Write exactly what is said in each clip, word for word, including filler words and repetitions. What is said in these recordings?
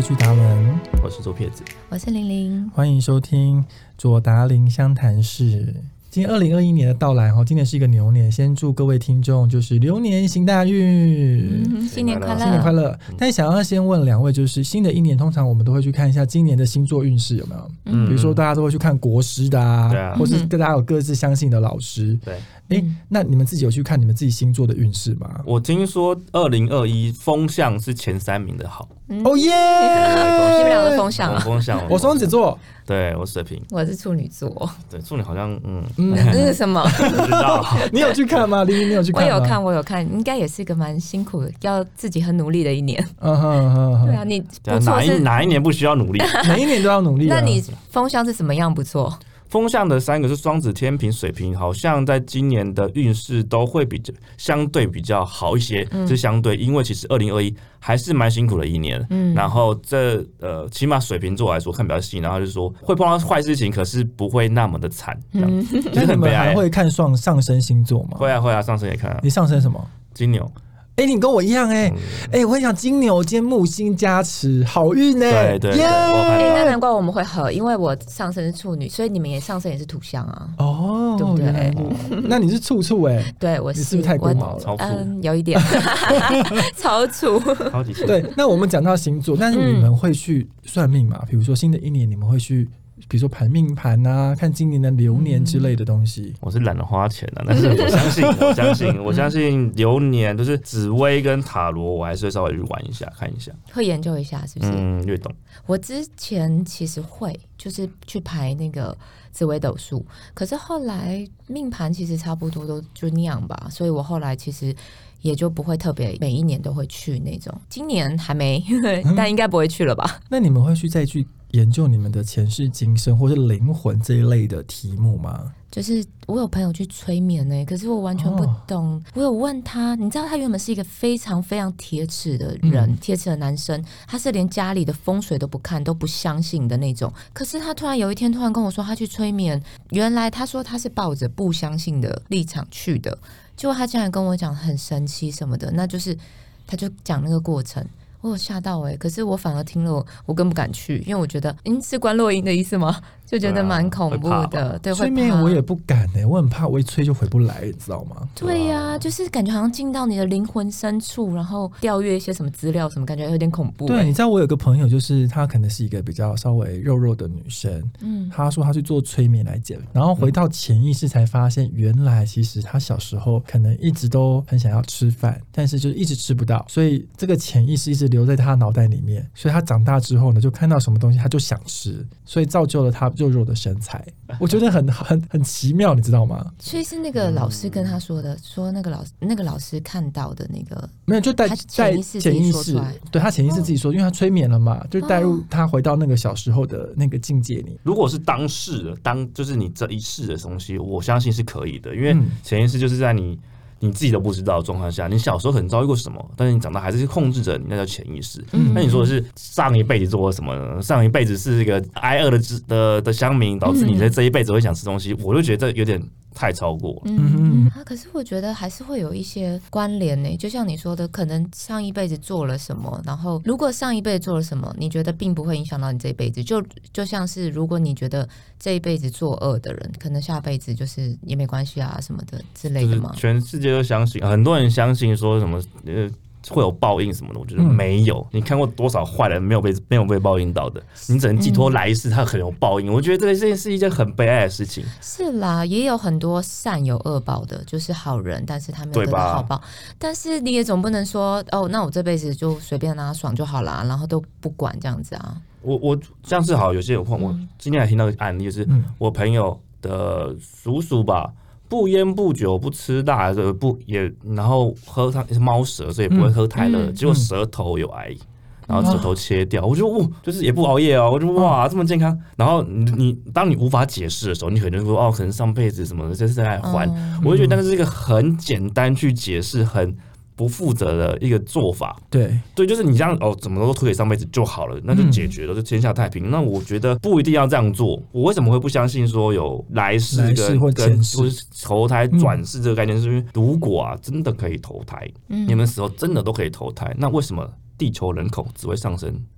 曲达伦， 我是左撇子， 我是玲玲， 欢迎收听左达林相谈室。今年二零二一年的到来，今年是一个牛年，先祝各位听众就是流年行大运、 嗯、新年快乐， 新年快乐。但想要先问两位，就是新的一年，通常我们都会去看一下今年的星座运势有没有？嗯，比如说大家都会去看国师的啊，啊或是大家有各自相信的老师。 对， 哎，那你们自己有去看你们自己星座的运势吗？ 我听说二零二一风向是前三名的好。 哦耶！ 你们俩的风向啊？ 风向， 我双子座， 对我水瓶， 我是处女座。 对，处女好像嗯嗯，那是什么？ 不知道。 你有去看吗？玲玲，你有去看吗？ 我有看，我有看，应该也是一个蛮辛苦的，要自己很努力的一年。 嗯哼哼哼， 对啊，你不哪一哪一年不需要努力？ 每一年都要努力、啊。 那你风向是什么样不错？ 风向的三个是双子、天秤、水瓶，好像在今年的运势都会比较相对比较好一些，嗯、是相对，因为其实二零二一还是蛮辛苦的一年。嗯，然后这呃，起码水瓶座来说看比较细，然后就是说会碰到坏事情，可是不会那么的惨。嗯， 那你们还会看上上升星座吗？ 会啊会啊，上升也看啊。 你上升什么？ 金牛。 哎、欸，你跟我一样哎、欸，哎、嗯欸，我跟你讲，金牛今天木星加持，好运哎、 欸，对对对， yeah! 我看到。 那难怪我们会合，因为我上升是处女，所以你们也上升也是土象啊。 哦， 对不对？ 嗯、那你是处处哎、欸， 对，我是。 你是不是太龟毛了？ 超处， 嗯，有一点，超处， 超级处。 对，那我们讲到星座，但是你们会去算命吗？比如说新的一年，你们会去？比如说盘命盘啊，看今年的流年之类的东西。 我是懒得花钱啊，但是我相信，我相信，我相信流年就是紫微跟塔罗，我还是会稍微去玩一下，看一下， 会研究一下，是不是？ 嗯，略懂。 我之前其实会，就是去排那个紫微斗数，可是后来命盘其实差不多都就那样吧，所以我后来其实也就不会特别每一年都会去那种。今年还没，但应该不会去了吧？ 嗯、那你们会去再去研究你们的前世今生或是灵魂这一类的题目吗？ 就是我有朋友去催眠呢、欸，可是我完全不懂。哦、我有问他，你知道他原本是一个非常非常铁齿的人，铁齿、嗯、的男生，他是连家里的风水都不看、都不相信的那种。可是他突然有一天突然跟我说，他去催眠，原来他说他是抱着不相信的立场去的，结果他竟然跟我讲很神奇什么的，那就是他就讲那个过程。我有嚇到哎、欸，可是我反而听了，我更不敢去，因为我觉得，嗯，是关落音的意思吗？就觉得蛮恐怖的。对， 催眠我也不敢哎、欸，我很怕我一催就回不来，你知道吗？ 对呀、啊，就是感觉好像进到你的灵魂深处，然后调阅一些什么资料，什么感觉有点恐怖、欸。 对，你知道我有个朋友，就是她可能是一个比较稍微肉肉的女生，嗯，她说她去做催眠来减，然后回到潜意识才发现，原来其实她小时候可能一直都很想要吃饭，但是就是一直吃不到，所以这个潜意识一直留在她脑袋里面，所以她长大之后呢，就看到什么东西她就想吃，所以造就了她肉肉的身材。我觉得很很很奇妙，你知道吗？ 所以是那个老师跟他说的，说那个老那个老师看到的那个没有，就带潜意识潜意识，对他潜意识自己说，哦、因为他催眠了嘛，就带入他回到那个小时候的那个境界里。 如果是当世的，当就是你这一世的东西，我相信是可以的，因为潜意识就是在你。你自己都不知道的状况下，你小时候可能遭遇过什么，但是你长大还是控制着你，那叫潜意识。嗯、那你说的是上一辈子做了什么呢？上一辈子是一个挨饿的的的乡民，导致你在这一辈子会想吃东西，嗯、我就觉得有点太超过了。 嗯啊，可是我觉得还是会有一些关联呢、欸，就像你说的，可能上一辈子做了什么，然后如果上一辈子做了什么，你觉得并不会影响到你这一辈子，就就像是如果你觉得这一辈子作恶的人，可能下辈子就是也没关系啊什么的之类的嘛。 就是、全世界都相信，很多人相信说什么呃。会有报应什么的，我觉得没有。嗯、你看过多少坏人没有被没有被报应到的？你只能寄托来世，他可能有报应。嗯、我觉得这件是一件很悲哀的事情。 是啦，也有很多善有恶报的，就是好人，但是他没有得到好报。但是你也总不能说哦，那我这辈子就随便让他爽就好啦，然后都不管这样子啊。 我我像是好，有些有碰，我今天还听到一个案例，就是我朋友的叔叔吧。不烟不酒不吃辣，不也然后喝它是猫舌，所以不会喝太热，嗯、结果舌头有癌，然后舌头切掉，我就哇，就是也不熬夜哦，我就哇这么健康。然后你你当你无法解释的时候，你可能说哦，可能上辈子什么的，这是在还。嗯、我就觉得那是一个很简单去解释，很不负责的一个做法。 对对，就是你这样哦，怎么都推给上辈子就好了，那就解决了，嗯、就天下太平。那我觉得不一定要这样做。我为什么会不相信说有来世跟或跟就是投胎转世这个概念？是因为如果啊真的可以投胎，嗯、你们死后真的都可以投胎，那为什么地球人口只会上升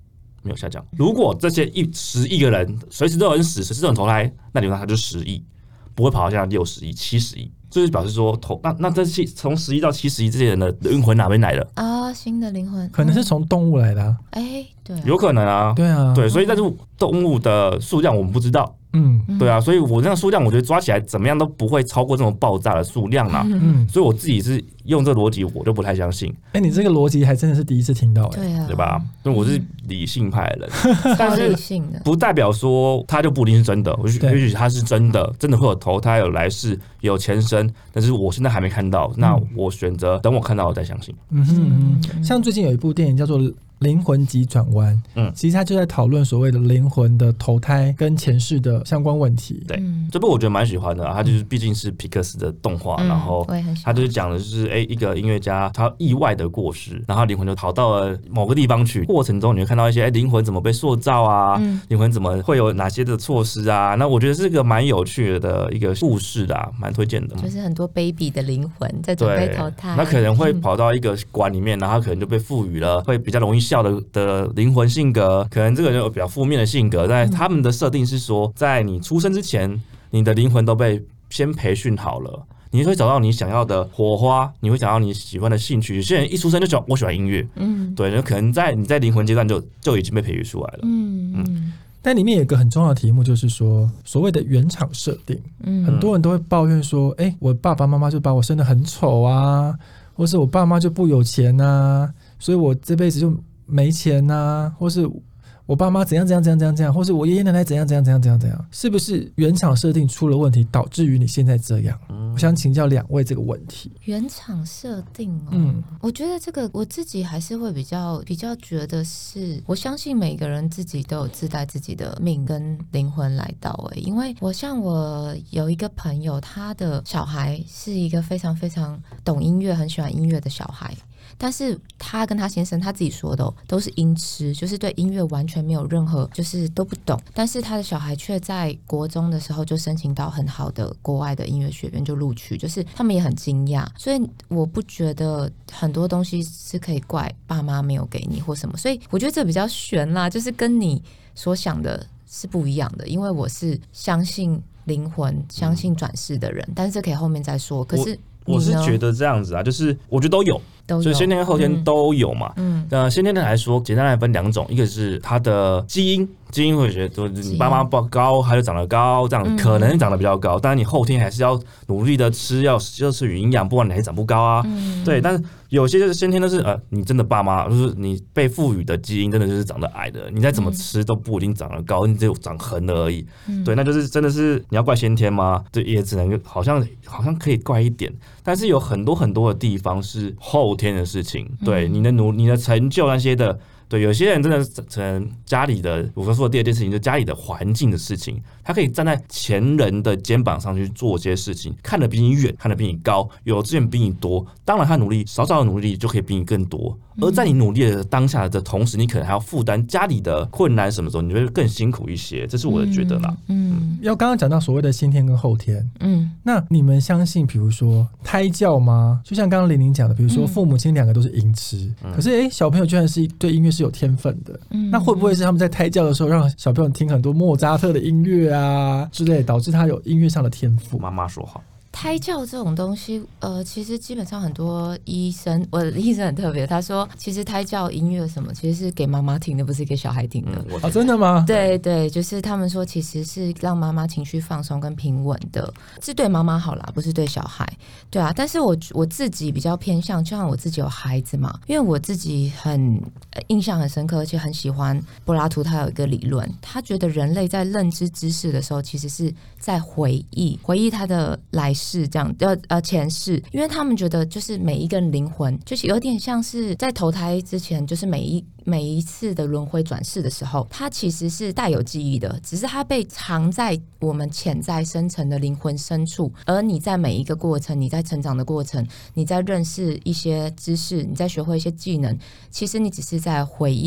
没有下降。如果这些一十亿个人随时都有人死，随时都有人投胎，那理论上它就十亿，不会跑到现在六十亿、七十亿。就是表示说，投那那这些从十亿到七十亿这些人的灵魂哪边来的啊？新的灵魂可能是从动物来的、啊， 哎、欸，对、啊， 有可能啊， 对啊， 对，所以但是动物的数量我们不知道。 嗯， 对啊，所以我这样数量，我觉得抓起来怎么样都不会超过这种爆炸的数量啦。嗯，所以我自己是用这逻辑，我就不太相信。 哎、欸，你这个逻辑还真的是第一次听到、欸， 对啊， 对吧？因为我是理性派的人， 但是不代表说它就不一定是真的。也许也许它是真的，真的会有投胎、有来世、有前生，但是我现在还没看到，那我选择等我看到我再相信。 嗯哼嗯，像最近有一部电影叫做灵魂急转弯，嗯，其实他就在讨论所谓的灵魂的投胎跟前世的相关问题。 对，这部我觉得蛮喜欢的、啊，它就是毕竟是皮克斯的动画、嗯，然后他就是讲的就是哎、欸，一个音乐家他意外的过世，然后灵魂就逃到了某个地方去，过程中你会看到一些哎灵、欸、魂怎么被塑造啊，灵、嗯、魂怎么会有哪些的措施啊？那我觉得是个蛮有趣的一个故事的、啊，蛮推荐的。 就是很多 baby 的灵魂在准备投胎， 那可能会跑到一个馆里面，然后可能就被赋予了会比较容易笑的的灵魂性格，可能这个人有比较负面的性格，但他们的设定是说，在你出生之前，你的灵魂都被先培训好了，你会找到你想要的火花，你会找到你喜欢的兴趣。有些人一出生就讲我喜欢音乐，嗯，对，那可能在你在灵魂阶段就就已经被培育出来了，嗯嗯。但里面有一个很重要的题目，就是说所谓的原厂设定，嗯，很多人都会抱怨说，哎、欸，我爸爸妈妈就把我生得很丑啊，或是我爸妈就不有钱啊，所以我这辈子就没钱啊，或是我爸妈怎样怎样怎样怎样怎样，或是我爷爷奶奶怎样怎样怎样怎样怎样，是不是原厂设定出了问题，导致于你现在这样？嗯、我想请教两位这个问题。 原厂设定哦，嗯，我觉得这个我自己还是会比较比较觉得是，我相信每个人自己都有自带自己的命跟灵魂来到哎、欸，因为我像我有一个朋友，他的小孩是一个非常非常懂音乐、很喜欢音乐的小孩。但是他跟他先生他自己说的、哦、都是音痴，就是对音乐完全没有任何就是都不懂，但是他的小孩却在国中的时候就申请到很好的国外的音乐学院就录取，就是他们也很惊讶，所以我不觉得很多东西是可以怪爸妈没有给你或什么，所以我觉得这比较悬啦，就是跟你所想的是不一样的，因为我是相信灵魂相信转世的人、嗯、但是这可以后面再说，可是我是觉得这样子啊，就是我觉得都有，所以先天跟后天都有嘛。嗯，那先天的来说，简单来分两种，一个是他的基因，基因会觉得你爸妈不高，他就长得高，这样、嗯、可能长得比较高。当然你后天还是要努力的吃，要要吃营养，不然你还是长不高啊。嗯、对，但是有些就是先天都是呃，你真的爸妈就是你被赋予的基因，真的就是长得矮的，你再怎么吃都不一定长得高，你只有长横的而已。嗯、对，那就是真的是你要怪先天吗？对，也只能好像好像可以怪一点。但是有很多很多的地方是后天的事情，对你的努、你的成就那些的，对，有些人真的可能家里的，我刚说的第二件事情，就是家里的环境的事情，他可以站在前人的肩膀上去做些事情，看得比你远，看得比你高，有资源比你多，当然他努力少少的努力就可以比你更多。而在你努力的当下的同时，你可能还要负担家里的困难，什么时候你会更辛苦一些，这是我的觉得啦。 嗯，嗯要刚刚讲到所谓的先天跟后天，嗯，那你们相信，比如说胎教吗？就像刚刚玲玲讲的，比如说父母亲两个都是音痴，嗯、可是哎、欸，小朋友居然是对音乐是有天分的，嗯，那会不会是他们在胎教的时候让小朋友听很多莫扎特的音乐啊之类，导致他有音乐上的天赋？ 妈妈说好。 胎教这种东西，呃，其实基本上很多医生，我的医生很特别，他说其实胎教音乐什么，其实是给妈妈听的，不是给小孩听的。 嗯、哦，真的吗？ 对对，就是他们说其实是让妈妈情绪放松跟平稳的，是对妈妈好啦，不是对小孩。对啊，但是我我自己比较偏向，就像我自己有孩子嘛，因为我自己很印象很深刻，而且很喜欢柏拉图，他有一个理论，他觉得人类在认知知识的时候，其实是在回忆，回忆他的来世。是这样呃呃前世，因为他们觉得就是每一个人灵魂就是有点像是在投胎之前，就是每一每一次的轮回转世的时候，它其实是带有记忆的，只是它被藏在我们潜在深层的灵魂深处。而你在每一个过程，你在成长的过程，你在认识一些知识，你在学会一些技能，其实你只是在回忆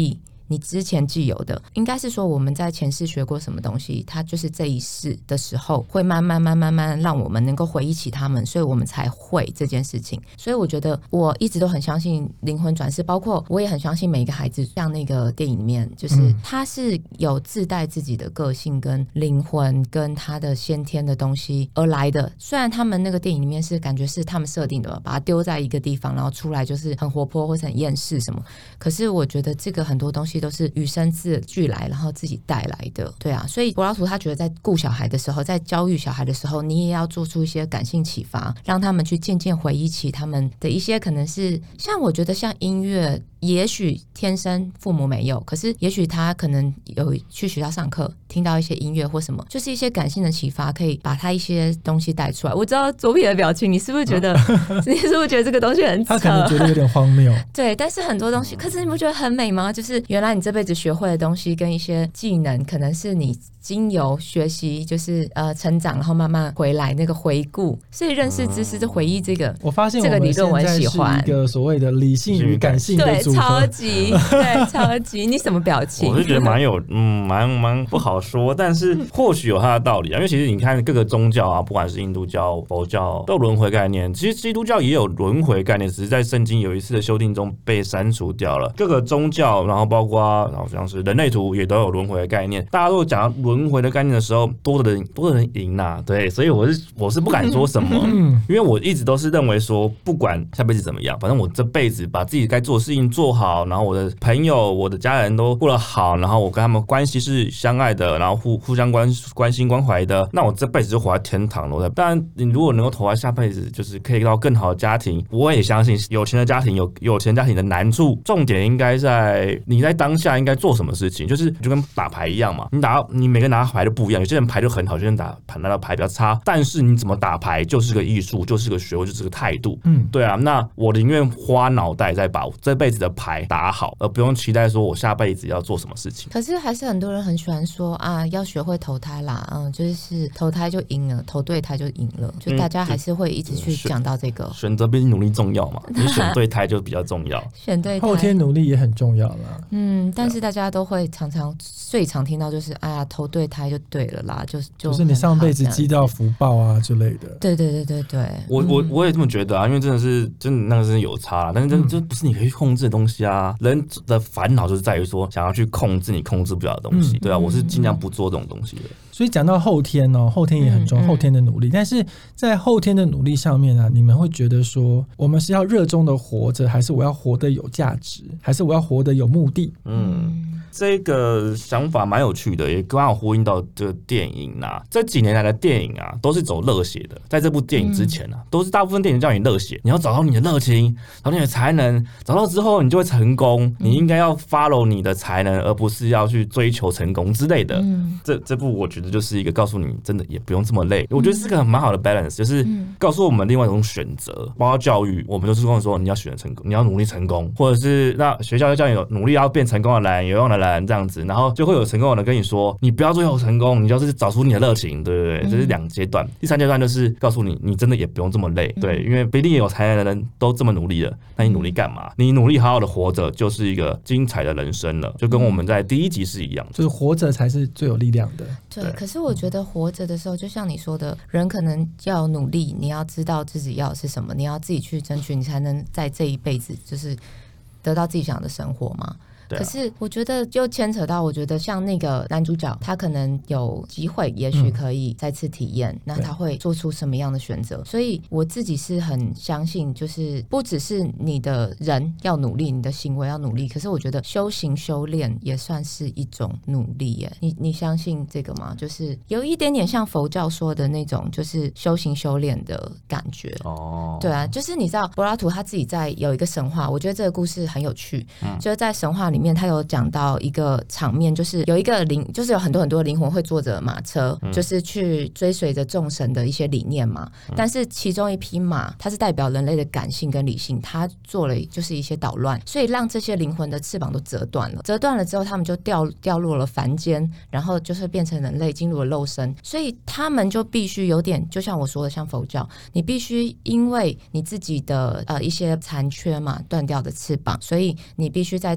你之前既有的，应该是说我们在前世学过什么东西，它就是这一世的时候会慢慢慢慢慢慢让我们能够回忆起他们，所以我们才会这件事情。所以我觉得我一直都很相信灵魂转世，包括我也很相信每一个孩子，像那个电影里面，就是他是有自带自己的个性跟灵魂跟他的先天的东西而来的。虽然他们那个电影里面是感觉是他们设定的，把他丢在一个地方，然后出来就是很活泼或者很厌世什么，可是我觉得这个很多东西都是与生俱来，然后自己带来的。对啊，所以柏拉图他觉得在顾小孩的时候，在教育小孩的时候，你也要做出一些感性启发，让他们去渐渐回忆起他们的一些可能是像我觉得像音乐，也许天生父母没有，可是也许他可能有去学校上课听到一些音乐或什么，就是一些感性的启发，可以把他一些东西带出来。我知道左比的表情，你是不是觉得你是不是觉得这个东西很扯？ 他可能觉得有点荒谬。 对，但是很多东西，可是你不觉得很美吗？就是原来你这辈子学会的东西跟一些技能，可能是你经由学习就是呃成长，然后慢慢回来那个回顾，所以认识知识就回忆这个。 我发现这个理论我很喜欢， 一个所谓的理性与感性的组合， 对，超级对，超级。你什么表情？ 我是觉得蛮有嗯，蛮蛮不好说，但是或许有它的道理啊。因为其实你看各个宗教啊，不管是印度教、佛教，都有轮回概念。其实基督教也有轮回概念，只是在圣经有一次的修订中被删除掉了。各个宗教，然后包括好像是人类图也都有轮回的概念。大家都讲到轮回的概念的时候，多的人多的人赢呐、啊，对，所以我是我是不敢说什么，因为我一直都是认为说，不管下辈子怎么样，反正我这辈子把自己该做的事情做好，然后我的朋友、我的家人都过得好，然后我跟他们关系是相爱的，然后互互相关关心关怀的，那我这辈子就活在天堂了。当然，你如果能够投在下辈子，就是可以到更好的家庭，我也相信有钱的家庭有有钱家庭的难处，重点应该在你在当下应该做什么事情，就是就跟打牌一样嘛，你打你每个人拿牌都不一样，有些人牌就很好，有些人打拿到牌比较差，但是你怎么打牌就是个艺术，就是个学问，就是个态度。嗯，对啊，那我宁愿花脑袋再把这辈子的牌打好，而不用期待说我下辈子要做什么事情。 可是还是很多人很喜欢说啊，要学会投胎啦，嗯，就是投胎就赢了，投对胎就赢了，就大家还是会一直去讲到这个、嗯、 选择比努力重要嘛，你选对胎就比较重要， 选对胎后天努力也很重要啦。 嗯，但是大家都会常常最常听到就是哎呀投对胎就对了啦，就就就是你上辈子积到福报啊之类的。 对对对对对， 我我我也这么觉得啊，因为真的是真的那个是有差啦，但是这这不是你可以去控制的东西啊。人的烦恼就是在于说想要去控制你控制不了的东西，嗯、对啊，我是尽量不做这种东西的。 所以讲到后天哦，后天也很重要，嗯嗯、后天的努力。但是在后天的努力上面啊，你们会觉得说，我们是要热衷的活着，还是我要活得有价值，还是我要活得有目的？ 嗯，这个想法蛮有趣的，也刚好呼应到这个电影啊。这几年来的电影啊，都是走热血的。在这部电影之前啊，嗯、都是大部分电影叫你热血，你要找到你的热情，找到你的才能，找到之后你就会成功。你应该要 follow 你的才能，而不是要去追求成功之类的。嗯、这这部我觉得就是一个告诉你，真的也不用这么累。我觉得是个蛮好的 balance， 就是告诉我们另外一种选择，包括教育，我们就是跟我说你要选成功，你要努力成功，或者是那学校就叫你努力要变成功的人，有用的人这样子，然后就会有成功的人跟你说，你不要追求成功，你就是找出你的热情，对不对？这是两阶段。第三阶段就是告诉你，你真的也不用这么累，对，因为不一定有才能的人都这么努力了，那你努力干嘛？你努力好好的活着，就是一个精彩的人生了，就跟我们在第一集是一样的， 就是活着才是最有力量的。 对，对，可是我觉得活着的时候，就像你说的，人可能要努力，你要知道自己要的是什么，你要自己去争取，你才能在这一辈子就是得到自己想要的生活嘛。可是我觉得就牵扯到，我觉得像那个男主角，他可能有机会，也许可以再次体验，嗯、那他会做出什么样的选择？所以我自己是很相信，就是不只是你的人要努力，你的行为要努力，可是我觉得修行修炼也算是一种努力耶。你你相信这个吗？就是有一点点像佛教说的那种，就是修行修炼的感觉。哦，对啊，就是你知道柏拉图他自己在有一个神话，我觉得这个故事很有趣，嗯、就是在神话里面。里面他有讲到一个场面，就是有一个灵，就是有很多很多灵魂会坐着马车，嗯、就是去追随着众神的一些理念嘛。嗯、但是其中一匹马，它是代表人类的感性跟理性，它做了就是一些捣乱，所以让这些灵魂的翅膀都折断了。折断了之后，他们就掉掉落了凡间，然后就是变成人类，进入了肉身。所以他们就必须有点，就像我说的，像佛教，你必须因为你自己的呃一些残缺嘛，断掉的翅膀，所以你必须在来这一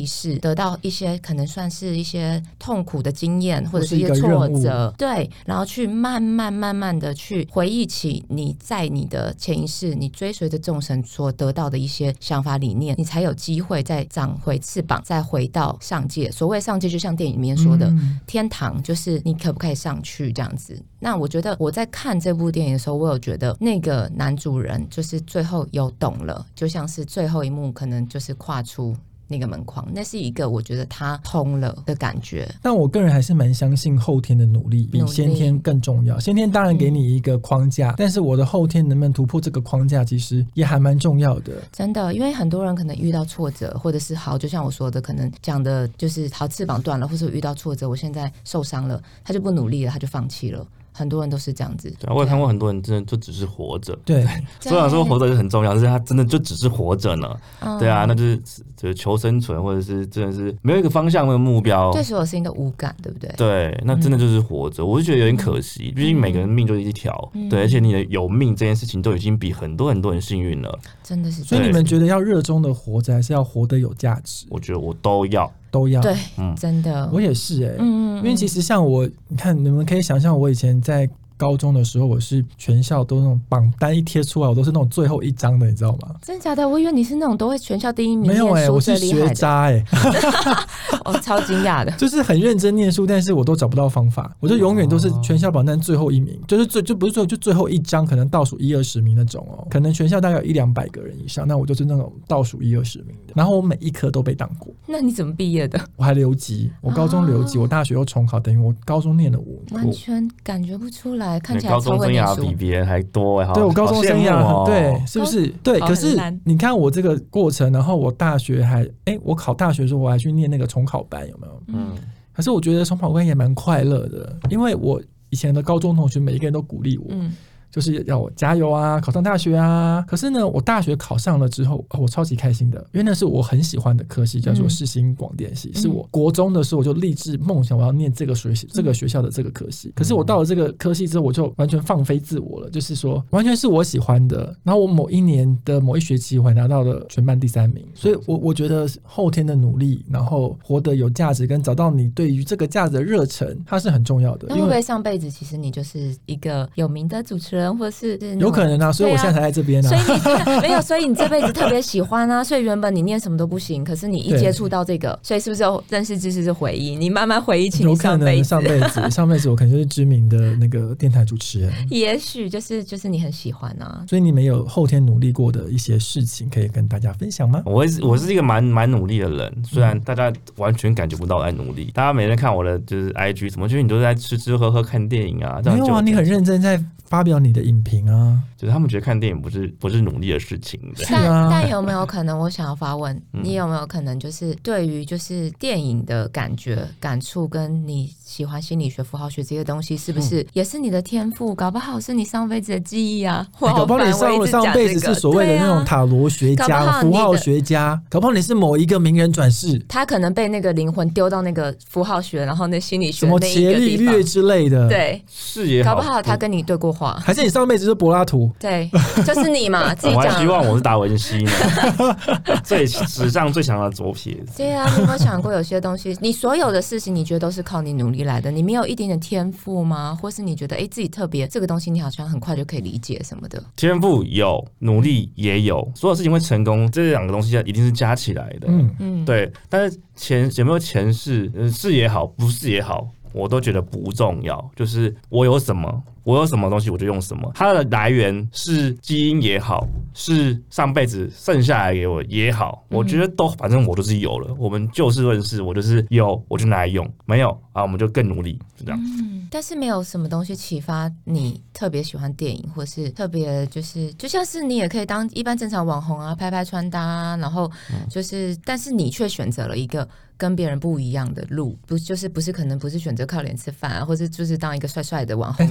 类似得到一些可能算是一些痛苦的经验或者是一些挫折，对，然后去慢慢慢慢的去回忆起你在你的潜意识你追随着众神所得到的一些想法理念，你才有机会再长回翅膀，再回到上界。所谓上界就像电影里面说的、嗯、天堂就是你可不可以上去这样子。那我觉得我在看这部电影的时候，我有觉得那个男主人就是最后有懂了，就像是最后一幕可能就是跨出那个门框，那是一个我觉得他通了的感觉。 但我个人还是蛮相信后天的努力比先天更重要。先天当然给你一个框架、嗯、但是我的后天能不能突破这个框架其实也还蛮重要的。 真的，因为很多人可能遇到挫折，或者是好就像我说的可能讲的就是好翅膀断了，或是遇到挫折我现在受伤了，他就不努力了，他就放弃了，很多人都是这样子。 对、啊，我也看过很多人真的就只是活着。 对， 虽然说活着是很重要，但是他真的就只是活着呢、嗯。对啊，那就是就是求生存，或者是真的是没有一个方向，没有目标， 对所有事情都无感，对不对？ 对，那真的就是活着、嗯。我就觉得有点可惜，毕、嗯、竟每个人命就是一条、嗯，对，而且你的有命这件事情都已经比很多很多人幸运了， 真的是。 所以你们觉得要热衷的活着，还是要活得有价值？ 我觉得我都要。 都要对、嗯，真的， 我也是哎、欸嗯，因为其实像我，你看你们可以想象，我以前在高中的时候，我是全校都那种榜单一贴出来，我都是那种最后一张的，你知道吗？ 真的假的？我以为你是那种都会全校第一名， 没有哎、欸，我是学渣哎、 欸，我超惊讶的， 就是很认真念书，但是我都找不到方法，我就永远都是全校榜单最后一名，就是最就不是最后就最后一张，可能倒数一二十名那种哦，可能全校大概有一两百个人以上，那我就是那种倒数一二十名的，然后我每一科都被当过。 那你怎么毕业的？ 我还留级，我高中留级、哦，我大学又重考，等于我高中念了五年， 完全感觉不出来，看起来超会念书。 高中生涯比别人还多哎、欸， 对我高中生涯、 哦、 对，是不是？对，可是你看我这个过程，然后我大学还哎、欸，我考大学的时候我还去念那个重考班，有没有？嗯。可是我觉得重考班也蛮快乐的，因为我以前的高中同学每一个人都鼓励我。嗯，就是要我加油啊，考上大学啊。可是呢，我大学考上了之后，我超级开心的，因为那是我很喜欢的科系，叫做世新广电系、嗯、是我国中的时候我就立志梦想我要念这个学习、嗯、这个学校的这个科系。可是我到了这个科系之后，我就完全放飞自我了，就是说完全是我喜欢的。然后我某一年的某一学期我还拿到了全班第三名，所以我我觉得后天的努力，然后活得有价值，跟找到你对于这个价值的热忱，它是很重要的。 那会不会上辈子其实你就是一个有名的主持人，或是有可能啊，所以我现在才在这边啊。 所以你没有，所以你这辈子特别喜欢啊，所以原本你念什么都不行，可是你一接触到这个，所以是不是有认识知识是回忆？你慢慢回忆起你上辈子， 有可能上辈子，上辈子我可能就是知名的那个电台主持人。 也许就是就是你很喜欢啊。 所以你们有后天努力过的一些事情可以跟大家分享吗？ 我是我是一个蛮蛮努力的人，虽然大家完全感觉不到我在努力，大家每天看我的就是 I G 什么，就是你都在吃吃喝喝看电影啊，这样没有啊，你很认真在发表你的影评啊， 就是他们觉得看电影不是不是努力的事情。 但但有没有可能，我想要发问，你有没有可能就是对于就是电影的感觉感触，跟你喜欢心理学符号学这些东西，是不是也是你的天赋？搞不好是你上辈子的记忆啊， 欸、搞不好你上上辈子是所谓的那种塔罗学家、啊、符号学家，搞不好你是某一个名人转世， 他可能被那个灵魂丢到那个符号学，然后那心理学什么伽利略之类的， 对， 是也好，搞不好他跟你对过话， 还是你上辈子是柏拉图？ 对，就是你嘛，自己讲。 我还希望我是达文西呢，最史上最强的左撇子。 对啊，你有没有想过有些东西，你所有的事情，你觉得都是靠你努力来的？你没有一点点天赋吗？或是你觉得哎、欸、自己特别这个东西，你好像很快就可以理解什么的？ 天赋有，努力也有，所有事情会成功，这两个东西一定是加起来的。嗯嗯，对。但是前有没有前世，是也好，不是也好，我都觉得不重要。就是我有什么。我有什么东西我就用什么，它的来源是基因也好，是上辈子剩下来给我也好，我觉得都反正我都是有了。我们就事论事，我就是有我就拿来用，没有啊我们就更努力，就这样。 嗯，但是没有什么东西启发你特别喜欢电影，或是特别就是就像是你也可以当一般正常网红啊，拍拍穿搭啊，然后就是、嗯、但是你却选择了一个跟别人不一样的路，不就是不是可能不是选择靠脸吃饭啊，或是就是当一个帅帅的网红就好。欸，他靠脸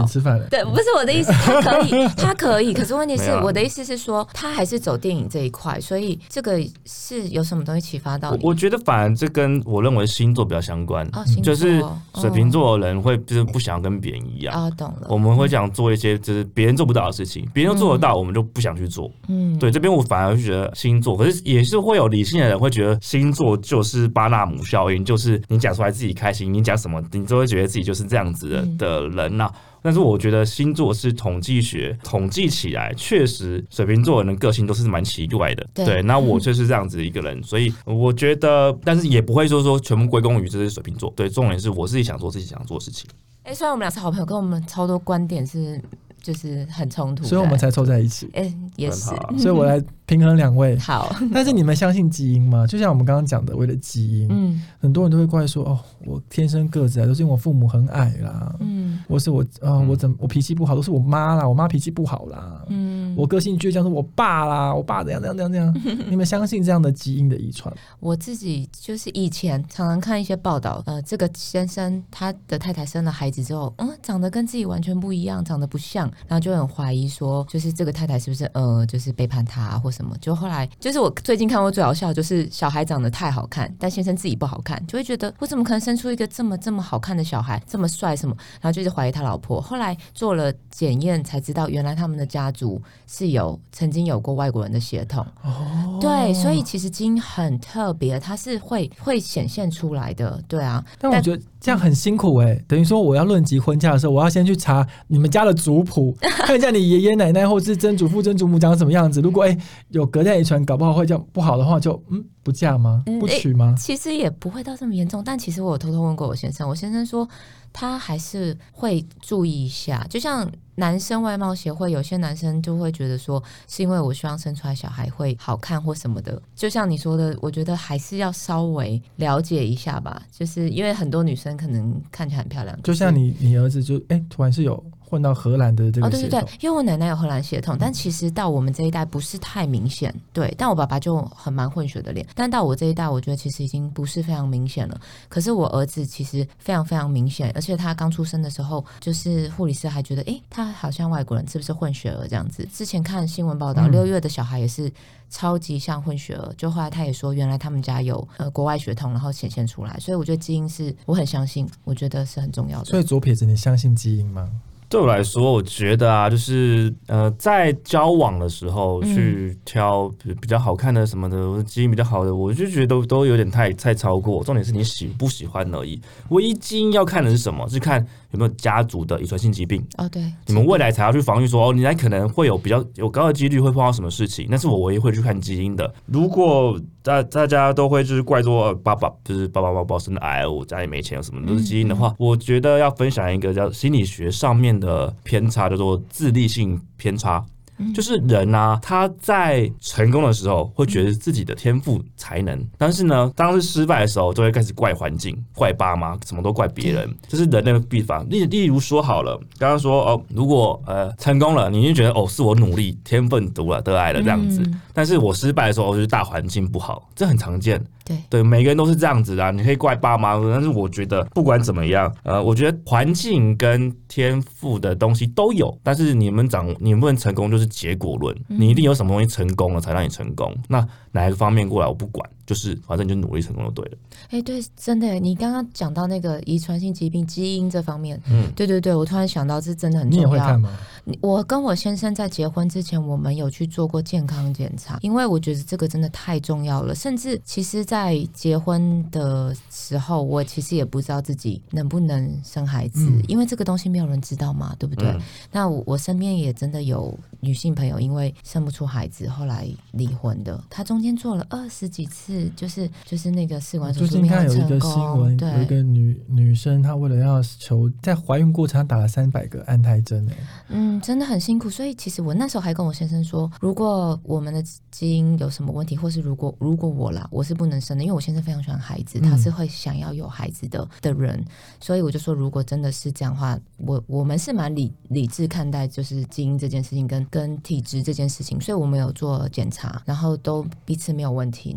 点吃饭了。 对，不是我的意思，他可以，他可以。可是问题是，我的意思是说，他还是走电影这一块，所以这个是有什么东西启发到你？ 我, 我觉得反而这跟我认为星座比较相关， 哦、 就是水瓶座的人会就是不想跟别人一样啊、哦，懂了。 我们会想做一些就是别人做不到的事情，别人都做得到，我们就不想去做。嗯，对，这边我反而觉得星座，可是也是会有理性的人会觉得星座就是巴纳姆效应，就是你讲出来自己开心，你讲什么你都会觉得自己就是这样子的、嗯、的人呐、啊。但是我觉得星座是统计学，统计起来确实水瓶座人的个性都是蛮奇怪的。对，对，那我就是这样子一个人，所以我觉得，但是也不会说说全部归功于这是水瓶座。对，重点是我自己想做自己想做的事情。 哎、欸，虽然我们俩是好朋友，跟我们超多观点是就是很冲突， 所以我们才凑在一起。 哎、欸，也是， 所以我来平衡两位。 好， 但是你们相信基因吗？就像我们刚刚讲的，为了基因，嗯，很多人都会怪说，哦，我天生个子啊，都是因为我父母很矮啦，嗯，我是我啊、呃，我怎我脾气不好，都是我妈啦，我妈脾气不好啦，嗯，我个性倔强，是我爸啦，我爸怎样怎样怎样怎样。你们相信这样的基因的遗传？ 我自己就是以前常常看一些报道，呃，这个先生他的太太生了孩子之后，嗯，长得跟自己完全不一样，长得不像，然后就很怀疑说，就是这个太太是不是呃，就是背叛他、啊、或什么？就后来就是我最近看过最好笑，就是小孩长得太好看，但先生自己不好看，就会觉得我怎么可能生出一个这么这么好看的小孩，这么帅什么？然后就是怀疑他老婆。后来做了检验才知道，原来他们的家族是有曾经有过外国人的血统。哦，对，所以其实基因很特别，它是会会显现出来的。对啊， 但我觉得这样很辛苦哎、欸，等于说我要论及婚嫁的时候，我要先去查你们家的族谱，看一下你爷爷奶奶或是曾祖父曾祖母长什么样子。如果哎、欸、有隔代遗传，搞不好会这样不好的话就，就嗯不嫁吗？不娶吗、 欸？其实也不会到这么严重，但其实我有偷偷问过我先生，我先生说他还是会注意一下，就像男生外貌协会，有些男生就会觉得说是因为我希望生出来小孩会好看或什么的，就像你说的，我觉得还是要稍微了解一下吧，就是因为很多女生可能看起来很漂亮， 就像你你儿子就哎、欸、突然是有混到荷兰的这个血统。哦，对对对， 因为我奶奶有荷兰血统，但其实到我们这一代不是太明显，对，但我爸爸就很蛮混血的脸，但到我这一代我觉得其实已经不是非常明显了，可是我儿子其实非常非常明显，而且他刚出生的时候就是护理师还觉得诶他好像外国人，是不是混血儿这样子。之前看新闻报道，六月的小孩也是超级像混血儿，就后来他也说原来他们家有呃国外血统，然后显现出来，所以我觉得基因是我很相信，我觉得是很重要的。 所以左撇子你相信基因吗？ 对我来说，我觉得啊，就是呃，在交往的时候去挑比较好看的什么的，或者基因比较好的，我就觉得都都有点太太超过。重点是你喜不喜欢而已。唯一基因要看的是什么？是看有没有家族的遗传性疾病。 哦，对， 你们未来才要去防御说，哦，你来可能会有比较有高的几率会碰到什么事情。那是我唯一会去看基因的。如果大大家都会就是怪说爸爸就是爸爸爸爸生的癌，我家里没钱什么都是基因的话，嗯嗯，我觉得要分享一个叫心理学上面的偏差，叫做自立性偏差。就是人啊，他在成功的时候会觉得自己的天赋才能，但是呢，当是失败的时候，就会开始怪环境、怪爸妈，什么都怪别人。这是人的必法。例例如说好了，刚刚说哦，如果呃成功了，你就觉得哦是我努力、天分得了、得来了这样子。嗯、但是我失败的时候，就是大环境不好，这很常见。 对对，每个人都是这样子的、啊。你可以怪爸妈，但是我觉得不管怎么样，呃，我觉得环境跟天赋的东西都有，但是你们长你们不能成功就是结果论，你一定有什么东西成功了才让你成功。那哪一个方面过来我不管，就是反正你就努力成功就对了。 哎、欸，对，真的，你刚刚讲到那个遗传性疾病基因这方面，嗯，对对对，我突然想到这真的很重要。 你也会看吗？ 我跟我先生在结婚之前，我们有去做过健康检查，因为我觉得这个真的太重要了。甚至其实，在结婚的时候，我其实也不知道自己能不能生孩子，嗯、因为这个东西没有人知道嘛，对不对？嗯、那 我, 我身边也真的有女性朋友，因为生不出孩子，后来离婚的。她中间做了二十几次，就是就是那个试管手术， 最近看有一个新闻，有一个女女生，她为了要求在怀孕过程，她打了三百个安胎针， 嗯。真的很辛苦，所以其实我那时候还跟我先生说，如果我们的基因有什么问题，或是如果如果我啦，我是不能生的，因为我先生非常喜欢孩子，他是会想要有孩子的的人，所以我就说，如果真的是这样的话，我我们是蛮理理智看待就是基因这件事情跟跟体质这件事情，所以我们有做检查，然后都彼此没有问题，那我觉得这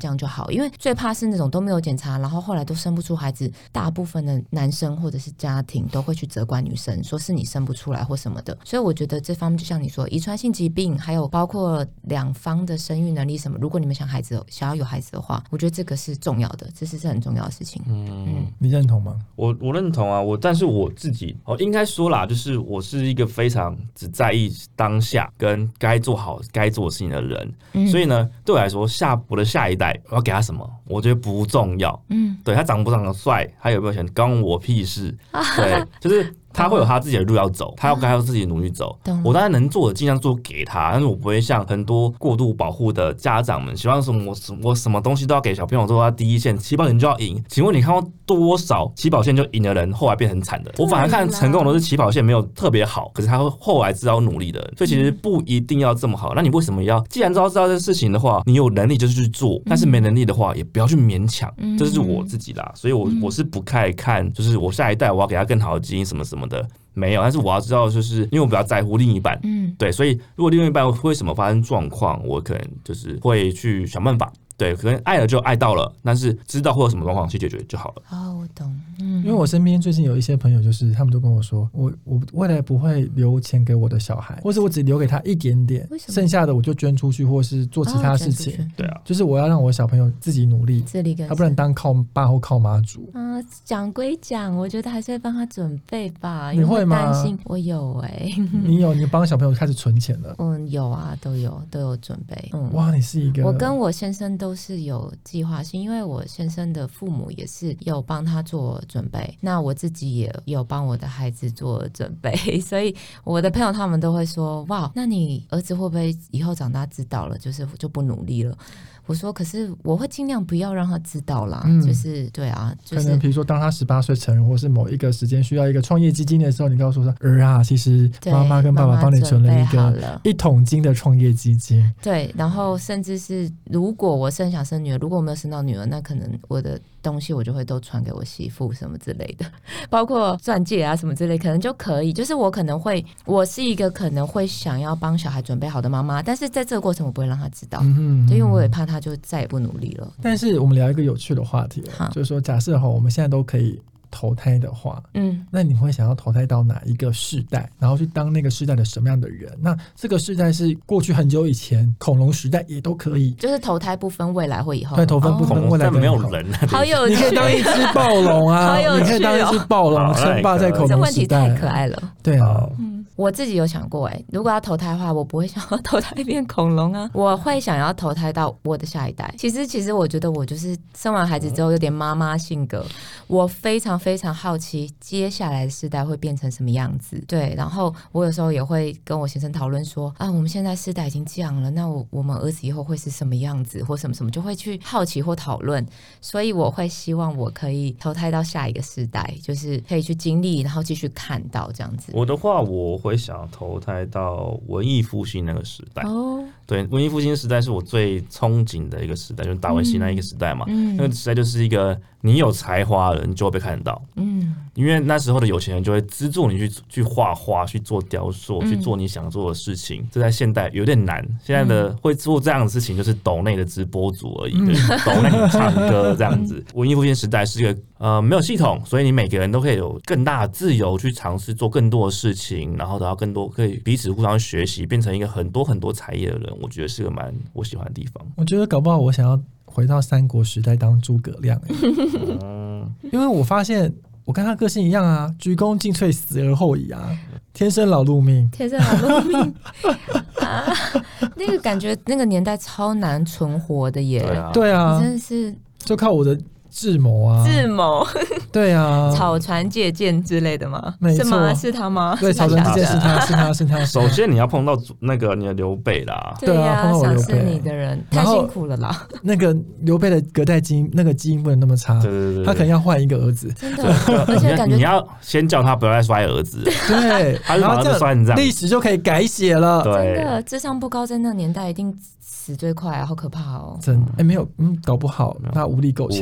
这样就好，因为最怕是那种都没有检查，然后后来都生不出孩子，大部分的男生或者是家庭都会去责怪女生，说是你生不出来或什么的。所以我觉得这方面就像你说，遗传性疾病，还有包括两方的生育能力什么，如果你们想孩子想要有孩子的话，我觉得这个是重要的，这是很重要的事情。嗯嗯，你认同吗？ 我我认同啊，我但是我自己哦，应该说啦，就是我是一个非常只在意当下跟该做好该做的事情的人，嗯、所以呢，对我来说，下我的下一代我要给他什么，我觉得不重要。嗯，对他长不长得帅，他有没有钱，关我屁事。对，就是。他会有他自己的路要走，他要跟他自己的努力走。我当然能做的尽量做给他，但是我不会像很多过度保护的家长们，希望说我我什么东西都要给小朋友做到第一线，起跑线就要赢。请问你看过多少起跑线就赢的人，后来变很惨的？我反而看成功的都是起跑线没有特别好，可是他后来知道努力的人，所以其实不一定要这么好。那你为什么要？既然知道知道这事情的话，你有能力就是去做，但是没能力的话，也不要去勉强。这是我自己啦，所以我我是不太看，就是我下一代我要给他更好的基因什么什么的。没有，但是我要知道，就是因为我比较在乎另一半，嗯，对，所以如果另一半为什么发生状况，我可能就是会去想办法。对，可能爱了就爱到了，但是知道会有什么状况去解决就好了。 哦，我懂。嗯， 因为我身边最近有一些朋友，就是他们都跟我说，我我未来不会留钱给我的小孩，或是我只留给他一点点，剩下的我就捐出去，或是做其他事情。 哦、 对啊， 就是我要让我小朋友自己努力， 自力更生， 他不能当靠爸或靠妈主。 嗯、呃，讲归讲，我觉得还是会帮他准备吧。 你会吗？ 担心我有哎、欸， 你有，你帮小朋友开始存钱了？ 嗯，有啊，都有都有准备。嗯， 哇，你是一个， 我跟我先生都是有计划性，因为我先生的父母也是有帮他做准备，那我自己也有帮我的孩子做准备，所以我的朋友他们都会说，哇，那你儿子会不会以后长大知道了，就是就不努力了？我说，可是我会尽量不要让他知道啦，嗯、就是对啊，就是、 可能比如说当他十八岁成人，或是某一个时间需要一个创业基金的时候，你告诉他，儿啊，其实妈妈跟爸爸帮你存了一个一桶金的创业基金。 对，然后甚至是如果我生想生女儿，如果我没有生到女儿，那可能我的东西我就会都传给我媳妇什么之类的，包括钻戒啊什么之类，可能就可以。就是我可能会，我是一个可能会想要帮小孩准备好的妈妈，但是在这个过程我不会让他知道，嗯、因为我也怕他就再也不努力了。 但是我们聊一个有趣的话题，就是说，假设哈，我们现在都可以投胎的话，嗯，那你会想要投胎到哪一个世代，然后去当那个世代的什么样的人？那这个世代是过去很久以前恐龙时代也都可以， 就是投胎不分未来或以后， 对，投分不分未来， 没有人啊， 好有趣， 你可以当一只暴龙啊， 好有趣、哦， 你可以当一只暴龙称霸在恐龙时代， 这问题太可爱了， 对啊。 嗯我自己有想过、欸，如果要投胎的话，我不会想要投胎变恐龙啊，我会想要投胎到我的下一代。其实，其实我觉得我就是生完孩子之后有点妈妈性格，我非常非常好奇接下来的世代会变成什么样子。对，然后我有时候也会跟我先生讨论说，啊，我们现在世代已经这样了，那我我们儿子以后会是什么样子，或什么什么，就会去好奇或讨论。所以我会希望我可以投胎到下一个世代，就是可以去经历，然后继续看到这样子。 我的话，我会想要投胎到文艺复兴那个时代。哦，对，文艺复兴时代是我最憧憬的一个时代，就是达文西那一个时代嘛。嗯，那个时代就是一个你有才华的人就会被看得到。嗯，因为那时候的有钱人就会资助你去去画画、去做雕塑、嗯、去做你想做的事情。这在现代有点难。现在的会做这样的事情就是抖内的直播主而已，嗯、抖内唱歌这样子。文艺复兴时代是一个呃没有系统，所以你每个人都可以有更大的自由去尝试做更多的事情，然后得到更多可以彼此互相学习，变成一个很多很多才艺的人。我觉得是个蛮我喜欢的地方。 我觉得搞不好我想要回到三国时代当诸葛亮、欸嗯、因为我发现我跟他个性一样啊，鞠躬尽瘁，死而后已啊，天生劳碌命， 天生劳碌命啊，那个感觉那个年代超难存活的耶。 对啊， 对啊， 真的是就靠我的智谋啊， 智谋， 对啊， 草船借箭之类的吗？ 没错， 是吗？是他吗？ 对，草船借箭是他，是他，是他。 首先你要碰到那个你的刘备啦， 对啊， 碰到我刘备， 赏识你的人太辛苦了啦。 那个刘备的隔代基因，那个基因不能那么差， 对对对， 他可能要换一个儿子， 真的，而且感觉你要先叫他不要再摔儿子， 对， 他就把儿子摔成这样， 历史就可以改写了。 真的，智商不高，在那个年代一定死最快啊，好可怕哦！ 真哎、欸、没有，嗯，搞不好他武力够强， 武力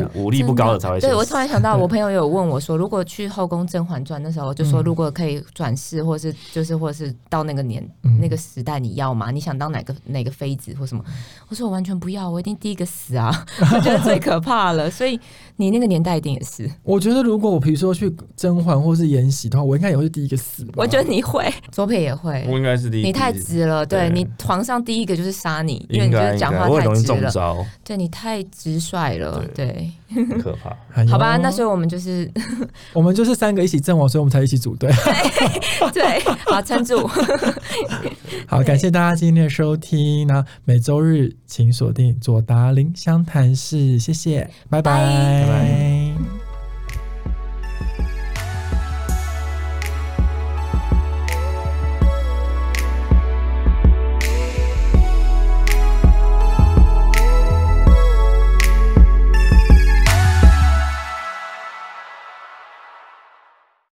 不高的才会先死。 对，我突然想到，我朋友有问我说，如果去后宫《甄嬛传》的时候，就说如果可以转世，或是就是或是到那个年、嗯、那个时代，你要吗？你想当哪个哪个妃子或什么？我说我完全不要，我一定第一个死啊！我觉得最可怕了。所以你那个年代一定也是。 我觉得如果我比如说去甄嬛或是延禧的话，我应该也会是第一个死吧。 我觉得你会，左撇也会。 我应该是第一个。 你太直了，对, 对你皇上第一个就是杀你，因为你就是讲话太直了。对你太直率了，对， 对很可怕。 好吧，那所以我们就是我们就是三个一起阵亡，所以我们才一起组队。 对, 对，好撑住。 好，感谢大家今天的收听。那每周日请锁定左达林湘潭市，谢谢，拜拜。 拜拜。